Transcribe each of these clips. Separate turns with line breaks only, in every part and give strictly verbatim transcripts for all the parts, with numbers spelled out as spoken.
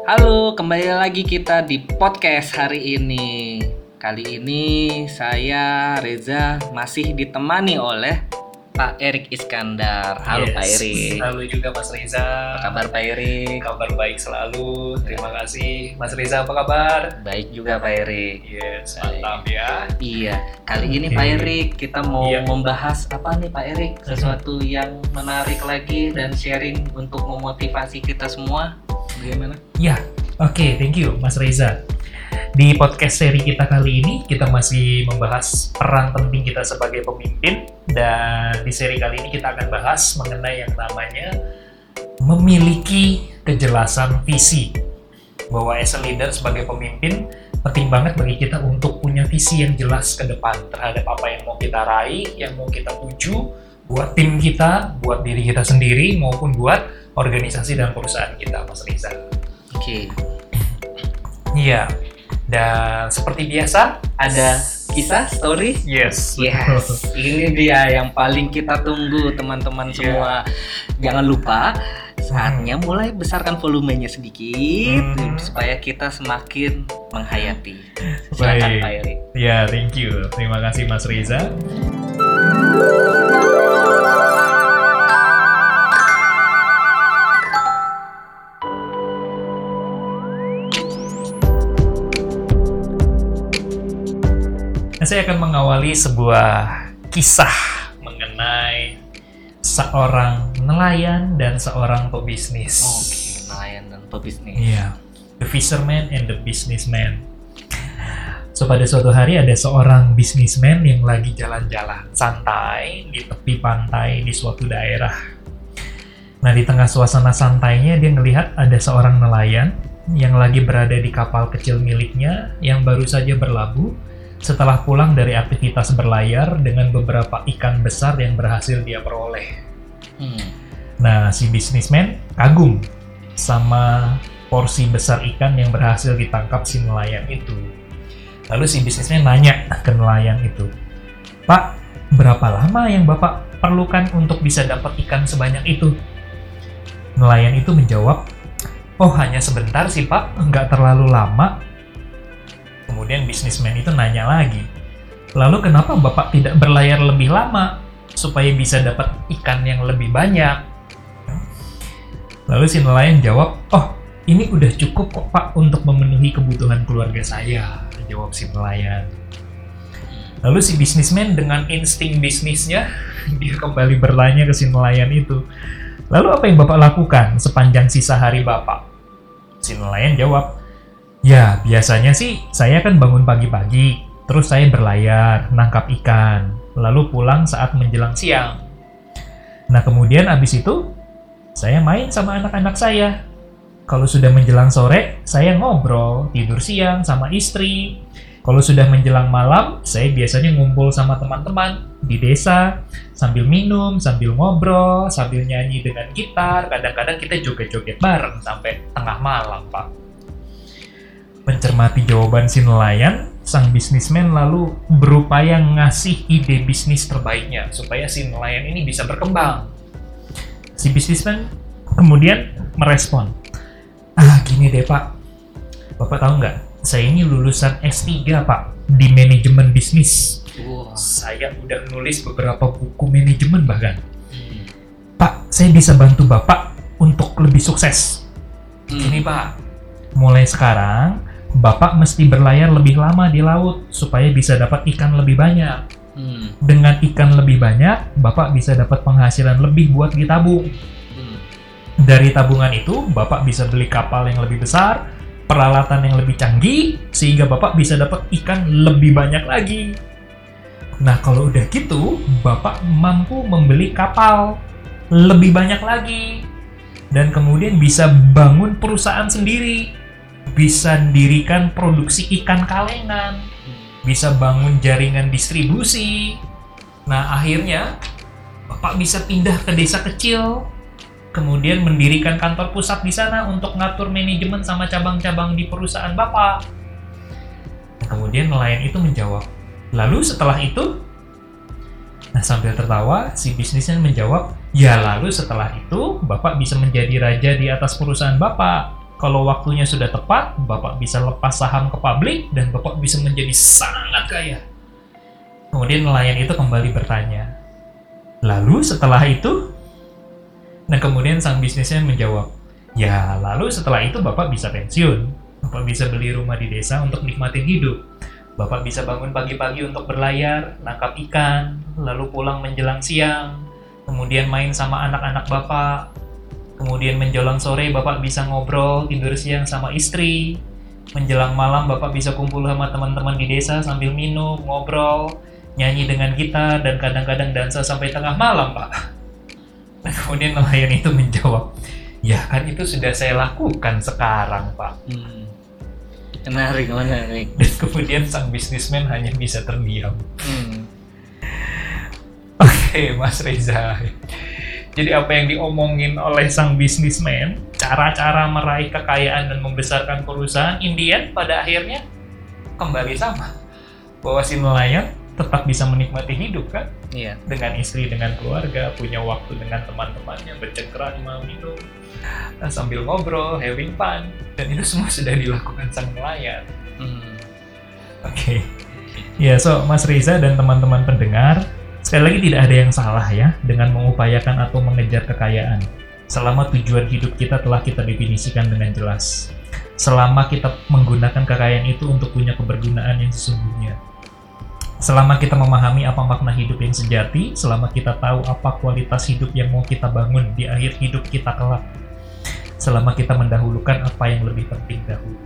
Halo, kembali lagi kita di podcast hari ini. Kali ini saya Reza masih ditemani oleh Pak Erik Iskandar. Halo
yes.
Pak Erik.
Halo juga Mas Reza.
Apa kabar Pak Erik?
Kabar baik selalu. Terima kasih. Mas Reza apa kabar?
Baik juga Pak Erik.
Yes, mantap ya.
Iya, kali ini
Okay.
Pak Erik kita mau
Iya.
membahas apa nih Pak Erik? Sesuatu yang menarik lagi dan sharing untuk memotivasi kita semua. Bagaimana?
Ya, oke, okay, thank you Mas Reza. Di podcast seri kita kali ini kita masih membahas peran penting kita sebagai pemimpin, dan di seri kali ini kita akan bahas mengenai yang namanya memiliki kejelasan visi. Bahwa as a leader sebagai pemimpin penting banget bagi kita untuk punya visi yang jelas ke depan terhadap apa yang mau kita raih, yang mau kita tuju buat tim kita, buat diri kita sendiri maupun buat organisasi dan perusahaan kita, Mas Reza.
Oke.
Iya. Dan seperti biasa
Ada kisah story?
yes.
Yes, ini dia yang paling kita tunggu teman-teman
Yeah.
semua. Jangan lupa saatnya mulai besarkan volumenya sedikit
Hmm.
supaya kita semakin menghayati. Silakan
Baik.
Pak Erik.
Ya, thank you. Terima kasih Mas Reza. Nah, saya akan mengawali sebuah kisah mengenai seorang nelayan dan seorang pebisnis.
Oke, nelayan dan pebisnis.
Iya, the fisherman and the businessman. So, pada suatu hari ada seorang businessman yang lagi jalan-jalan santai di tepi pantai di suatu daerah. Nah, di tengah suasana santainya dia ngelihat ada seorang nelayan yang lagi berada di kapal kecil miliknya yang baru saja berlabuh setelah pulang dari aktivitas berlayar dengan beberapa ikan besar yang berhasil dia peroleh.
Hmm.
Nah, si businessman kagum sama porsi besar ikan yang berhasil ditangkap si nelayan itu. Lalu si businessman nanya ke nelayan itu, "Pak, berapa lama yang Bapak perlukan untuk bisa dapat ikan sebanyak itu?" Nelayan itu menjawab, "Oh, hanya sebentar sih Pak, nggak terlalu lama." Kemudian businessman itu nanya lagi, "Lalu kenapa Bapak tidak berlayar lebih lama supaya bisa dapat ikan yang lebih banyak?" Lalu si nelayan jawab, "Oh, ini udah cukup kok Pak untuk memenuhi kebutuhan keluarga saya," jawab si nelayan. Lalu si businessman dengan insting bisnisnya, dia kembali bertanya ke si nelayan itu, "Lalu apa yang Bapak lakukan sepanjang sisa hari Bapak?" Si nelayan jawab, "Ya, biasanya sih saya kan bangun pagi-pagi, terus saya berlayar, nangkap ikan, lalu pulang saat menjelang siang. Nah, kemudian abis itu, saya main sama anak-anak saya. Kalau sudah menjelang sore, saya ngobrol, tidur siang sama istri. Kalau sudah menjelang malam, saya biasanya ngumpul sama teman-teman di desa, sambil minum, sambil ngobrol, sambil nyanyi dengan gitar, kadang-kadang kita joget-joget bareng sampai tengah malam, Pak." Mencermati jawaban si nelayan, sang bisnismen lalu berupaya ngasih ide bisnis terbaiknya supaya si nelayan ini bisa berkembang. Si bisnismen kemudian merespon, "Ah, gini deh Pak, Bapak tahu nggak, saya ini lulusan S tiga Pak, di manajemen bisnis.
Wow.
Saya udah nulis beberapa buku manajemen bahkan.
Hmm.
Pak, saya bisa bantu Bapak untuk lebih sukses. Gini Pak, mulai sekarang Bapak mesti berlayar lebih lama di laut supaya bisa dapat ikan lebih banyak.
Hmm.
Dengan ikan lebih banyak, Bapak bisa dapat penghasilan lebih buat ditabung.
Hmm.
Dari tabungan itu, Bapak bisa beli kapal yang lebih besar, peralatan yang lebih canggih, sehingga Bapak bisa dapat ikan lebih banyak lagi. Nah, kalau udah gitu, Bapak mampu membeli kapal lebih banyak lagi. Dan kemudian bisa bangun perusahaan sendiri. Bisa dirikan produksi ikan kalengan, bisa bangun jaringan distribusi. Nah, akhirnya Bapak bisa pindah ke desa kecil, kemudian mendirikan kantor pusat di sana untuk ngatur manajemen sama cabang-cabang di perusahaan Bapak." Nah, kemudian nelayan itu menjawab, "Lalu setelah itu?" Nah, sambil tertawa, si bisnisnya menjawab, "Ya, lalu setelah itu, Bapak bisa menjadi raja di atas perusahaan Bapak. Kalau waktunya sudah tepat, Bapak bisa lepas saham ke publik dan Bapak bisa menjadi sangat kaya. Kemudian nelayan itu kembali bertanya, lalu setelah itu? Nah kemudian sang bisnismen menjawab, ya lalu setelah itu Bapak bisa pensiun. Bapak bisa beli rumah di desa untuk nikmatin hidup. Bapak bisa bangun pagi-pagi untuk berlayar, nangkap ikan, lalu pulang menjelang siang, kemudian main sama anak-anak Bapak. Kemudian menjelang sore Bapak bisa ngobrol, tidur siang sama istri. Menjelang malam Bapak bisa kumpul sama teman-teman di desa sambil minum, ngobrol, nyanyi dengan gitar, dan kadang-kadang dansa sampai tengah malam, Pak. Nah, kemudian nelayan itu menjawab, ya kan itu sudah saya lakukan sekarang, Pak.
Hmm. Menarik, menarik.
Dan kemudian sang bisnismen hanya bisa terdiam.
Hmm.
Oke, Mas Reza. Jadi apa yang diomongin oleh sang bisnismen, cara-cara meraih kekayaan dan membesarkan perusahaan, in the end, pada akhirnya kembali sama. Bahwa si nelayan tetap bisa menikmati hidup kan?
Iya.
Dengan istri, dengan keluarga, punya waktu dengan teman-temannya, bercengkrama, minum, sambil ngobrol, having fun. Dan itu semua sudah dilakukan sang nelayan.
Hmm.
Oke. Okay. Ya, so Mas Reza dan teman-teman pendengar, sekali lagi tidak ada yang salah ya dengan mengupayakan atau mengejar kekayaan. Selama tujuan hidup kita telah kita definisikan dengan jelas. Selama kita menggunakan kekayaan itu untuk punya kebergunaan yang sesungguhnya. Selama kita memahami apa makna hidup yang sejati, selama kita tahu apa kualitas hidup yang mau kita bangun di akhir hidup kita kelak. Selama kita mendahulukan apa yang lebih penting dahulu.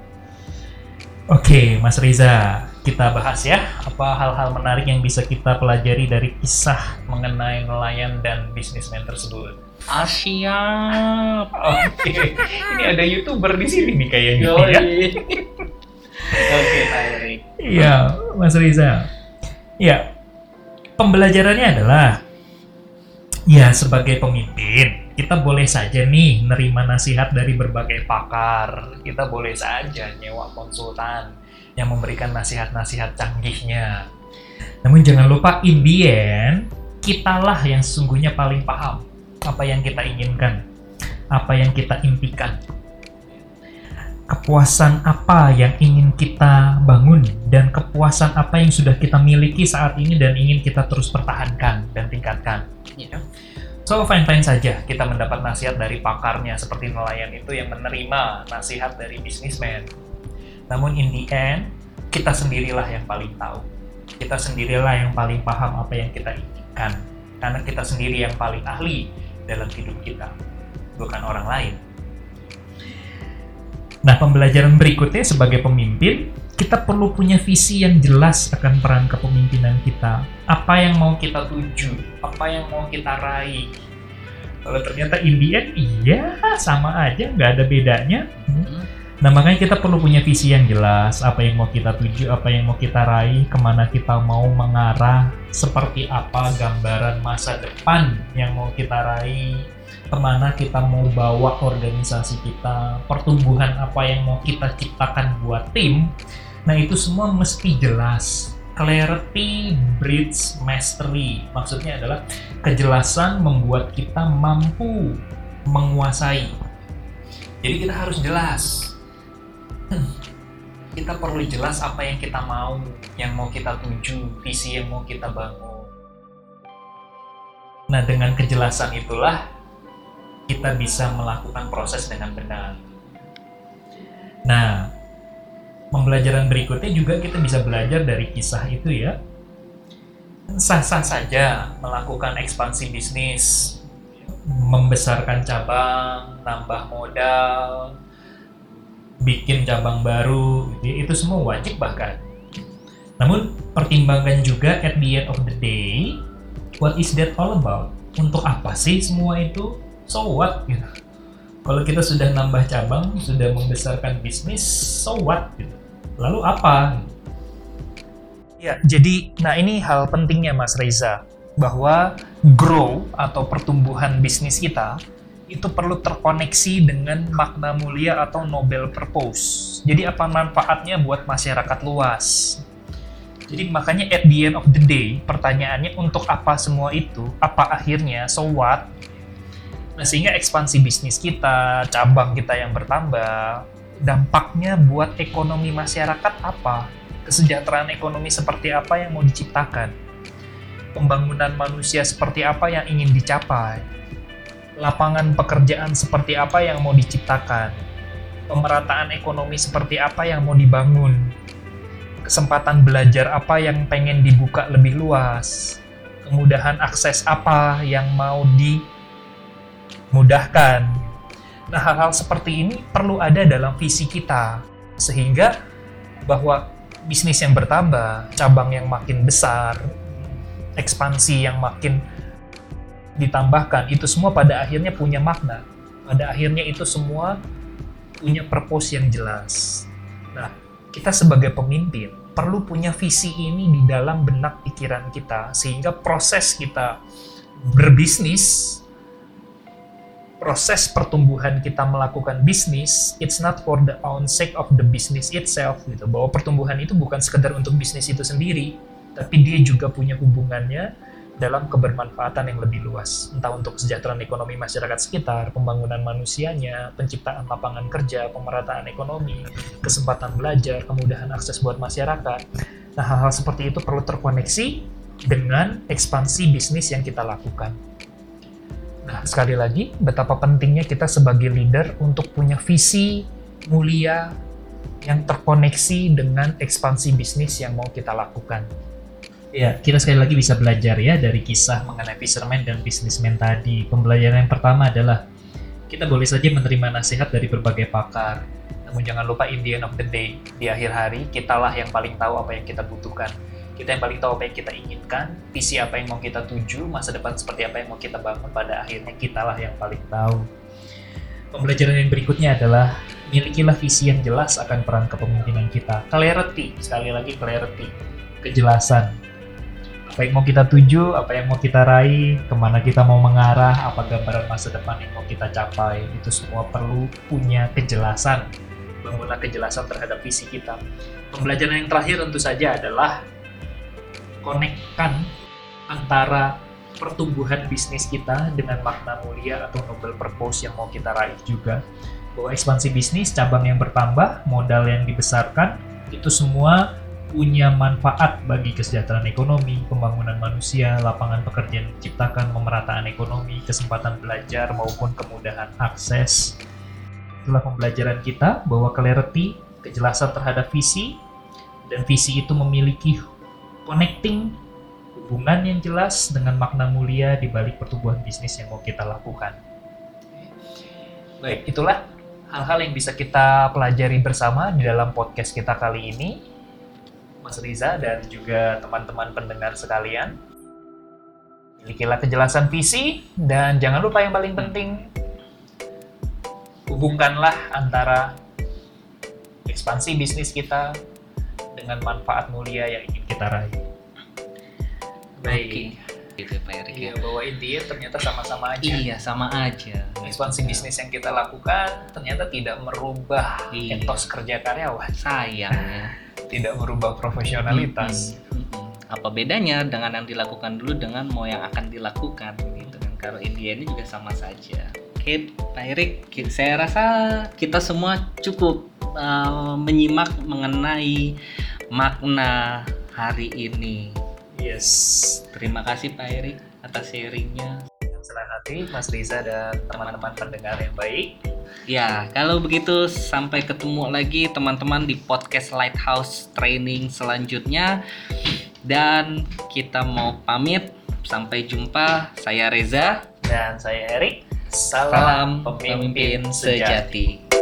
Oke, Mas Reza, kita bahas ya apa hal-hal menarik yang bisa kita pelajari dari kisah mengenai nelayan dan bisnismen tersebut.
Asyap.
Oke, ini ada YouTuber di sini nih kayaknya
Yoi.
ya.
Oke, Pak Erik.
Iya, Mas Reza. Ya, pembelajarannya adalah ya sebagai pemimpin kita boleh saja nih nerima nasihat dari berbagai pakar. Kita boleh saja nyewa konsultan yang memberikan nasihat-nasihat canggihnya. Namun jangan lupa in the end, kitalah yang sesungguhnya paling paham apa yang kita inginkan, apa yang kita impikan. Kepuasan apa yang ingin kita bangun dan kepuasan apa yang sudah kita miliki saat ini dan ingin kita terus pertahankan dan tingkatkan. Ya. So fine-fine saja kita mendapat nasihat dari pakarnya seperti nelayan itu yang menerima nasihat dari bisnismen. Namun in the end, kita sendirilah yang paling tahu. Kita sendirilah yang paling paham apa yang kita inginkan. Karena kita sendiri yang paling ahli dalam hidup kita, bukan orang lain. Nah, pembelajaran berikutnya sebagai pemimpin, kita perlu punya visi yang jelas akan peran kepemimpinan kita. Apa yang mau kita tuju, apa yang mau kita raih. Kalau ternyata in the end, iya sama aja, nggak ada bedanya. Nah, makanya kita perlu punya visi yang jelas, apa yang mau kita tuju, apa yang mau kita raih, kemana kita mau mengarah, seperti apa gambaran masa depan yang mau kita raih, kemana kita mau bawa organisasi kita, pertumbuhan apa yang mau kita ciptakan buat tim. Nah, itu semua mesti jelas. Clarity breeds mastery. Maksudnya adalah kejelasan membuat kita mampu menguasai. Jadi kita harus jelas. Kita perlu jelas apa yang kita mau, yang mau kita tuju, visi yang mau kita bangun. Nah, dengan kejelasan itulah kita bisa melakukan proses dengan benar. Nah, pembelajaran berikutnya juga kita bisa belajar dari kisah itu ya. Sah-sah saja melakukan ekspansi bisnis, membesarkan cabang, nambah modal, bikin cabang baru, itu semua wajib bahkan. Namun pertimbangkan juga at the end of the day, what is that all about? Untuk apa sih semua itu? So what? Gitu. Kalau kita sudah nambah cabang, sudah membesarkan bisnis, so what? Gitu. Lalu apa? Ya, jadi, nah ini hal pentingnya Mas Reza, bahwa grow atau pertumbuhan bisnis kita itu perlu terkoneksi dengan makna mulia atau noble purpose. Jadi apa manfaatnya buat masyarakat luas? Jadi makanya at the end of the day, pertanyaannya untuk apa semua itu? Apa akhirnya? So what? Nah, sehingga ekspansi bisnis kita, cabang kita yang bertambah, dampaknya buat ekonomi masyarakat apa? Kesejahteraan ekonomi seperti apa yang mau diciptakan? Pembangunan manusia seperti apa yang ingin dicapai? Lapangan pekerjaan seperti apa yang mau diciptakan? Pemerataan ekonomi seperti apa yang mau dibangun? Kesempatan belajar apa yang pengen dibuka lebih luas? Kemudahan akses apa yang mau dimudahkan? Nah, hal-hal seperti ini perlu ada dalam visi kita, sehingga bahwa bisnis yang bertambah, cabang yang makin besar, ekspansi yang makin ditambahkan, itu semua pada akhirnya punya makna. Pada akhirnya itu semua punya purpose yang jelas. Nah, kita sebagai pemimpin perlu punya visi ini di dalam benak pikiran kita, sehingga proses kita berbisnis, proses pertumbuhan kita melakukan bisnis, it's not for the own sake of the business itself, gitu. Bahwa pertumbuhan itu bukan sekedar untuk bisnis itu sendiri, tapi dia juga punya hubungannya dalam kebermanfaatan yang lebih luas, entah untuk kesejahteraan ekonomi masyarakat sekitar, pembangunan manusianya, penciptaan lapangan kerja, pemerataan ekonomi, kesempatan belajar, kemudahan akses buat masyarakat. Nah, hal-hal seperti itu perlu terkoneksi dengan ekspansi bisnis yang kita lakukan. Nah, sekali lagi, betapa pentingnya kita sebagai leader untuk punya visi mulia yang terkoneksi dengan ekspansi bisnis yang mau kita lakukan. Ya, kita sekali lagi bisa belajar ya dari kisah mengenai fisherman dan businessman tadi. Pembelajaran yang pertama adalah kita boleh saja menerima nasihat dari berbagai pakar. Namun jangan lupa in the end of the day, di akhir hari, kitalah yang paling tahu apa yang kita butuhkan. Kita yang paling tahu apa yang kita inginkan, visi apa yang mau kita tuju, masa depan seperti apa yang mau kita bangun, pada akhirnya kitalah yang paling tahu. Pembelajaran yang berikutnya adalah milikilah visi yang jelas akan peran kepemimpinan kita. Clarity, sekali lagi clarity, kejelasan. Apa yang mau kita tuju, apa yang mau kita raih, kemana kita mau mengarah, apa gambaran masa depan yang mau kita capai, itu semua perlu punya kejelasan. Bangunlah kejelasan terhadap visi kita. Pembelajaran yang terakhir tentu saja adalah konekkan antara pertumbuhan bisnis kita dengan makna mulia atau noble purpose yang mau kita raih juga. Bahwa ekspansi bisnis, cabang yang bertambah, modal yang dibesarkan, itu semua punya manfaat bagi kesejahteraan ekonomi, pembangunan manusia, lapangan pekerjaan diciptakan, pemerataan ekonomi, kesempatan belajar maupun kemudahan akses. Itulah pembelajaran kita bahwa clarity, kejelasan terhadap visi, dan visi itu memiliki connecting, hubungan yang jelas dengan makna mulia di balik pertumbuhan bisnis yang mau kita lakukan. Baik, itulah hal-hal yang bisa kita pelajari bersama di dalam podcast kita kali ini. Mas Riza dan juga teman-teman pendengar sekalian, milikilah kejelasan visi, dan jangan lupa yang paling penting, hubungkanlah antara ekspansi bisnis kita dengan manfaat mulia yang ingin kita raih.
Baik, gitu Pak Erik.
Iya, bahwa intinya ternyata sama-sama aja.
Iya, sama aja.
Ekspansi bisnis yang kita lakukan ternyata tidak merubah
Iya.
etos kerja karyawan,
Sayang ya.
tidak merubah profesionalitas.
Mm-mm, mm-mm. Apa bedanya dengan yang dilakukan dulu dengan mau yang akan dilakukan gitu kan? Kalau India ini juga sama saja. Oke, Pak Erik, ki- saya rasa kita semua cukup uh, menyimak mengenai makna hari ini.
Yes.
Terima kasih Pak Erik atas sharingnya.
Senang hati Mas Riza dan teman-teman pendengar yang baik.
Ya, kalau begitu sampai ketemu lagi teman-teman di podcast Lighthouse Training selanjutnya. Dan kita mau pamit. Sampai jumpa. Saya Reza.
Dan saya Erik.
Salam
Salam pemimpin
pemimpin
sejati.
sejati.